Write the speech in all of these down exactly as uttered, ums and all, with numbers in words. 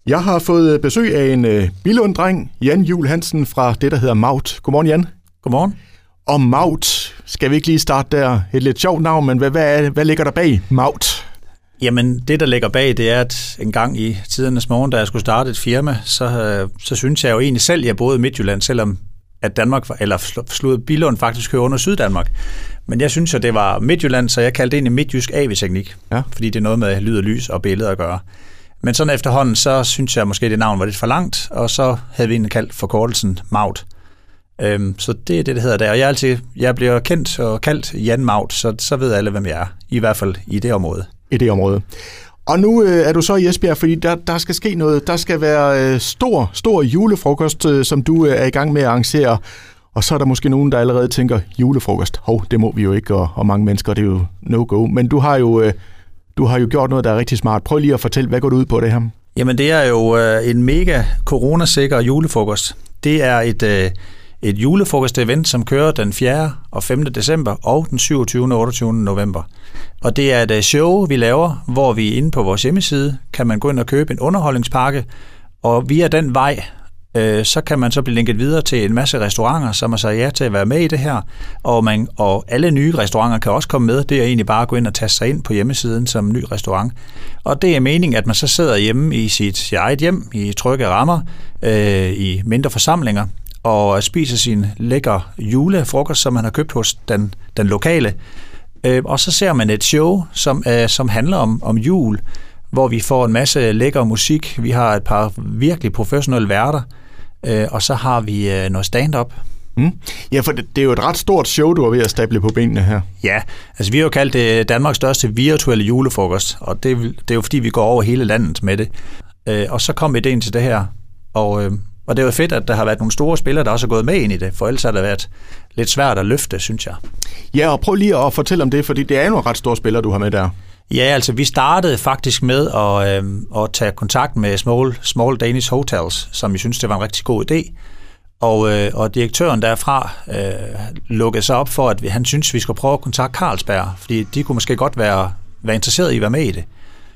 Jeg har fået besøg af en uh, Billund-dreng, Jan Juhl Hansen fra det, der hedder Maut. Godmorgen, Jan. Godmorgen. Og Maut, skal vi ikke lige starte der? Et lidt sjovt navn, men hvad, hvad, er, hvad ligger der bag Maut? Jamen, det, der ligger bag, det er, at en gang i tidernes morgen, da jeg skulle starte et firma, så, så synes jeg jo egentlig selv, at jeg boede i Midtjylland, selvom at Danmark, eller slået Billund faktisk hører under Syddanmark. Men jeg synes jo, det var Midtjylland, så jeg kaldte det egentlig midtjysk A V-teknik, ja. Fordi det er noget med lyd og lys og billeder at gøre. Men sådan efterhånden, så synes jeg måske, det navn var lidt for langt, og så havde vi egentlig kaldt forkortelsen Maut. Øhm, så det er det, det hedder der. Og jeg, altid, jeg bliver kendt og kaldt Jan Maut, så, så ved alle, hvem jeg er. I hvert fald i det område. I det område. Og nu øh, er du så i Esbjerg, fordi der, der skal ske noget. Der skal være øh, stor, stor julefrokost, øh, som du øh, er i gang med at arrangere. Og så er der måske nogen, der allerede tænker, julefrokost, hov, det må vi jo ikke, og, og mange mennesker, det er jo no-go. Men du har jo... Øh, Du har jo gjort noget, der er rigtig smart. Prøv lige at fortælle, hvad går du ud på det her? Jamen, det er jo øh, en mega coronasikker julefrokost. Det er et, øh, et julefrokost-event, som kører den fjerde og femte december og den syvogtyvende og otteogtyvende november. Og det er et show, vi laver, hvor vi inde på vores hjemmeside kan man gå ind og købe en underholdningspakke, og via den vej, øh, så kan man så blive linket videre til en masse restauranter, som har sagt ja til at være med i det her, og, man, og alle nye restauranter kan også komme med. Det er egentlig bare at gå ind og taste sig ind på hjemmesiden som ny restaurant. Og det er meningen, at man så sidder hjemme i sit eget hjem, i trygge rammer, øh, i mindre forsamlinger, og spiser sin lækker julefrokost, som man har købt hos den, den lokale. Øh, og så ser man et show, som, øh, som handler om, om jul, hvor vi får en masse lækker musik. Vi har et par virkelig professionelle værter, øh, og så har vi øh, noget stand-up. Mm. Ja, for det, det er jo et ret stort show, du er ved at stable på benene her. Ja, altså vi har jo kaldt det Danmarks største virtuelle julefrokost, og det, det er jo fordi, vi går over hele landet med det. Øh, og så kom idéen til det her, og, øh, og det er jo fedt, at der har været nogle store spillere, der også er gået med ind i det, for ellers har det været lidt svært at løfte, synes jeg. Ja, og prøv lige at fortælle om det, fordi det er jo nogle ret store spillere, du har med der. Ja, altså vi startede faktisk med at, øh, at tage kontakt med Small, Small Danish Hotels, som jeg synes, det var en rigtig god idé. Og, øh, og direktøren derfra øh, lukkede sig op for, at han synes, vi skulle prøve at kontakte Carlsberg, fordi de kunne måske godt være, være interesserede i at være med i det.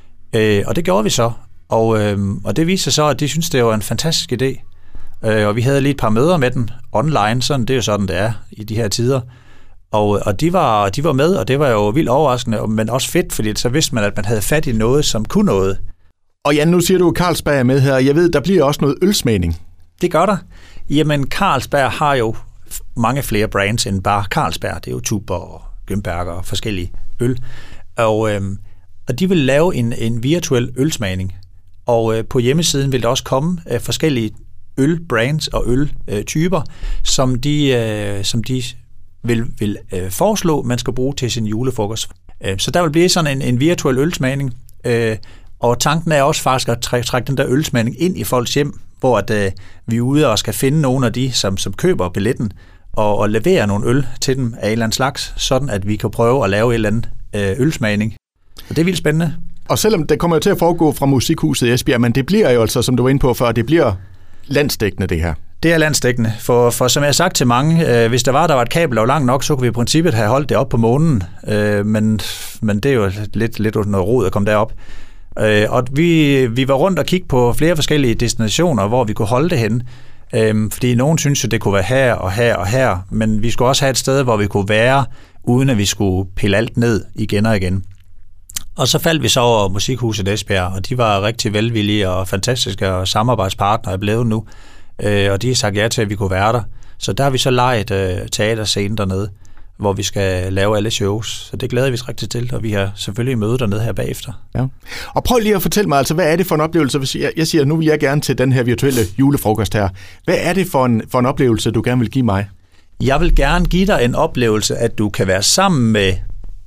Øh, og det gjorde vi så, og, øh, og det viste sig så, at de synes, det var en fantastisk idé. Øh, og vi havde lige et par møder med den online, sådan, det er jo sådan, det er i de her tider. Og, og de, var, de var med, og det var jo vildt overraskende, men også fedt, fordi så vidste man, at man havde fat i noget, som kunne noget. Og Jan, nu siger du, at Carlsberg er med her. Jeg ved, der bliver også noget ølsmagning. Det gør der. Jamen, Carlsberg har jo mange flere brands end bare Carlsberg. Det er jo Tuborg og Gymberger og forskellige øl. Og, øhm, og de vil lave en, en virtuel ølsmagning. Og øh, på hjemmesiden vil der også komme øh, forskellige ølbrands og øltyper, øh, som de... Øh, som de vil, vil øh, foreslå, man skal bruge til sin julefrokost. Øh, så der vil blive sådan en, en virtuel ølsmagning, øh, og tanken er også faktisk at trække, trække den der ølsmagning ind i folks hjem, hvor at, øh, vi er ude og skal finde nogle af de, som, som køber billetten, og, og levere nogle øl til dem af en eller anden slags, sådan at vi kan prøve at lave en eller anden øh, ølsmagning. Og det er vildt spændende. Og selvom det kommer jo til at foregå fra Musikhuset i Esbjerg, men det bliver jo altså, som du var inde på før, det bliver landsdækkende det her. Det er landsdækkende, for, for som jeg har sagt til mange, øh, hvis der var, der var et kabel, der var langt nok, så kunne vi i princippet have holdt det op på månen, øh, men, men det er jo lidt, lidt noget rod at komme derop. Øh, og vi, vi var rundt og kigge på flere forskellige destinationer, hvor vi kunne holde det hen, øh, fordi nogen synes jo, det kunne være her og her og her, men vi skulle også have et sted, hvor vi kunne være, uden at vi skulle pille alt ned igen og igen. Og så faldt vi så over Musikhuset Esbjerg, og de var rigtig velvillige og fantastiske, og samarbejdspartnere er blevet nu. Og de har sagt ja til, at vi kunne være der. Så der har vi så lejet uh, teaterscenen dernede, hvor vi skal lave alle shows. Så det glæder vi os rigtig til, og vi har selvfølgelig møde dernede her bagefter. Ja. Og prøv lige at fortælle mig, altså, hvad er det for en oplevelse? Hvis jeg, jeg siger, nu vil jeg gerne til den her virtuelle julefrokost her. Hvad er det for en, for en oplevelse, du gerne vil give mig? Jeg vil gerne give dig en oplevelse, at du kan være sammen med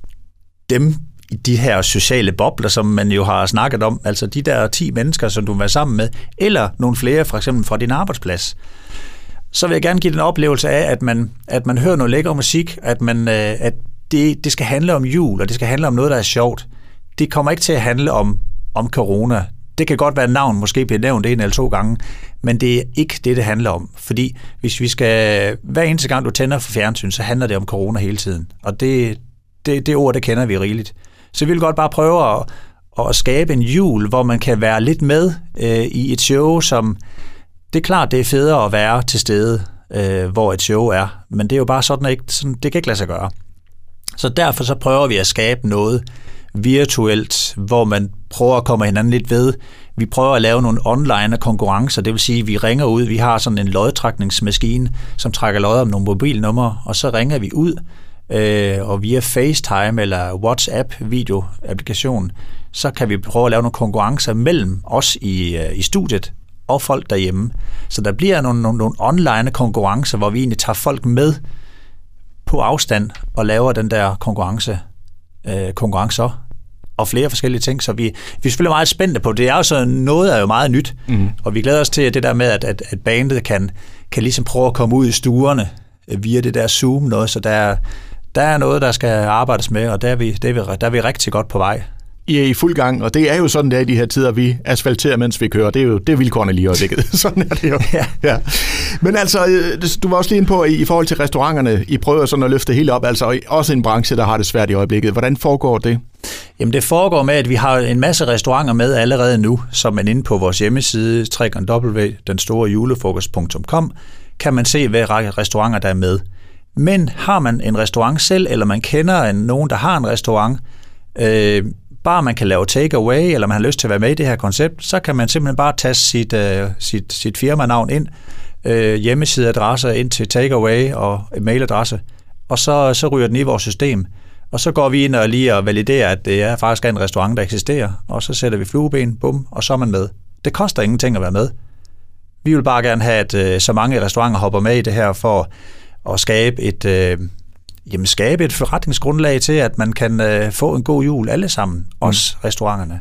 dem, i de her sociale bobler, som man jo har snakket om, altså de der ti mennesker, som du vil være sammen med, eller nogle flere, for eksempel fra din arbejdsplads. Så vil jeg gerne give den oplevelse af, at man, at man hører noget lækker musik, at, man, at det, det skal handle om jul, og det skal handle om noget, der er sjovt. Det kommer ikke til at handle om, om corona. Det kan godt være, at navn måske bliver nævnt en eller to gange, men det er ikke det, det handler om. Fordi hvis vi skal, hver eneste gang du tænder for fjernsyn, så handler det om corona hele tiden. Og det, det, det ord, det kender vi rigeligt. Så vi vil godt bare prøve at, og at skabe en jul, hvor man kan være lidt med øh, i et show, som det er klart, det er federe at være til stede, øh, hvor et show er, men det er jo bare sådan, ikke, sådan, det kan ikke lade sig gøre. Så derfor så prøver vi at skabe noget virtuelt, hvor man prøver at komme hinanden lidt ved. Vi prøver at lave nogle online konkurrencer, det vil sige, at vi ringer ud, vi har sådan en lodtrækningsmaskine, som trækker lodder om nogle mobilnumre, og så ringer vi ud, øh, og via FaceTime eller WhatsApp-video-applikation, så kan vi prøve at lave nogle konkurrencer mellem os i, i studiet og folk derhjemme. Så der bliver nogle, nogle, nogle online konkurrencer, hvor vi egentlig tager folk med på afstand og laver den der konkurrence, øh, konkurrencer og flere forskellige ting. Så vi, vi er selvfølgelig meget spændte på det. Det er jo så noget, der er jo meget nyt, mm. og vi glæder os til at det der med, at, at, at bandet kan, kan ligesom prøve at komme ud i stuerne via det der Zoom noget, så der, der er noget, der skal arbejdes med, og der er vi, der er vi, der er vi rigtig godt på vej. I er i fuld gang, og det er jo sådan, det er i de her tider, vi asfalterer, mens vi kører. Det er jo det er vilkårene lige i øjeblikket. Sådan er det jo. Ja. Ja. Men altså, du var også lige inde på, i forhold til restauranterne, I prøver sådan at løfte helt op, altså også en branche, der har det svært i øjeblikket. Hvordan foregår det? Jamen det foregår med, at vi har en masse restauranter med allerede nu, som man inde på vores hjemmeside, w w w punktum den store julefrokost punktum com, kan man se, hvad restauranter der er med. Men har man en restaurant selv, eller man kender en, nogen, der har en restaurant, øh, bare man kan lave take-away, eller man har lyst til at være med i det her koncept, så kan man simpelthen bare tage sit, uh, sit, sit firmanavn ind, uh, hjemmesideadresse ind til take-away og mailadresse, og så, så ryger den i vores system. Og så går vi ind og lige og validerer, at det er faktisk en restaurant, der eksisterer, og så sætter vi flueben, bum, og så er man med. Det koster ingenting at være med. Vi vil bare gerne have, at uh, så mange restauranter hopper med i det her, for at skabe et... Uh, Jamen skabe et forretningsgrundlag til, at man kan øh, få en god jul alle sammen, også mm. restauranterne.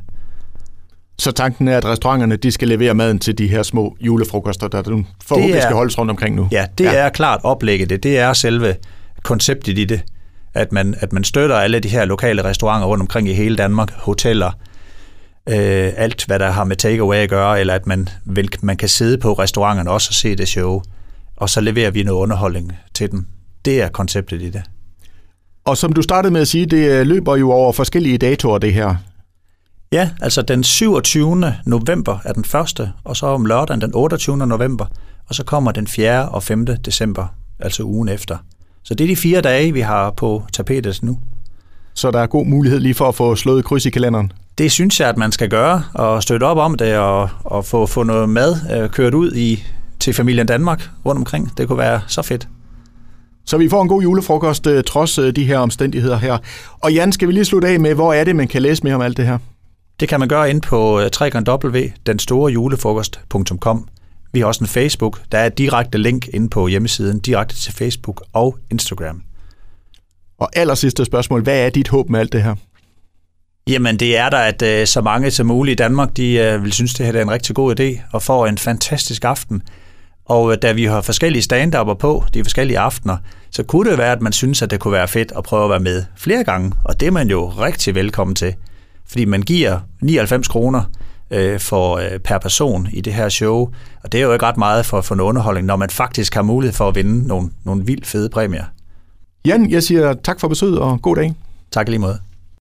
Så tanken er, at restauranterne de skal levere maden til de her små julefrokoster, der forhåbentlig skal holdes rundt omkring nu? Ja, det ja. er klart oplægget. Det, det er selve konceptet i det, at man, at man støtter alle de her lokale restauranter rundt omkring i hele Danmark, hoteller, øh, alt hvad der har med takeaway at gøre, eller at man, vil, man kan sidde på restauranterne også og se det show, og så leverer vi noget underholdning til dem. Det er konceptet i det. Og som du startede med at sige, det løber jo over forskellige datoer, det her. Ja, altså den syvogtyvende november er den første, og så om lørdagen den otteogtyvende november, og så kommer den fjerde og femte december, altså ugen efter. Så det er de fire dage, vi har på tapetet nu. Så der er god mulighed lige for at få slået kryds i kalenderen? Det synes jeg, at man skal gøre, og støtte op om det, og, og få, få noget mad øh, kørt ud i, til familien Danmark rundt omkring. Det kunne være så fedt. Så vi får en god julefrokost uh, trods uh, de her omstændigheder her. Og Jan, skal vi lige slutte af med, hvor er det, man kan læse mere om alt det her? Det kan man gøre inde på w w w punktum den store julefrokost punktum com. Vi har også en Facebook. Der er et direkte link inde på hjemmesiden, direkte til Facebook og Instagram. Og allersidste spørgsmål, hvad er dit håb med alt det her? Jamen det er der, at uh, så mange som muligt i Danmark, de uh, vil synes, det her er en rigtig god idé, og får en fantastisk aften. Og da vi har forskellige stand-upper på de forskellige aftener, så kunne det være, at man synes, at det kunne være fedt at prøve at være med flere gange. Og det er man jo rigtig velkommen til. Fordi man giver nioghalvfems kroner øh, for, øh, per person i det her show. Og det er jo ikke ret meget for, for en underholdning, når man faktisk har mulighed for at vinde nogle, nogle vildt fede præmier. Jan, jeg siger tak for besøget og god dag. Tak lige måde.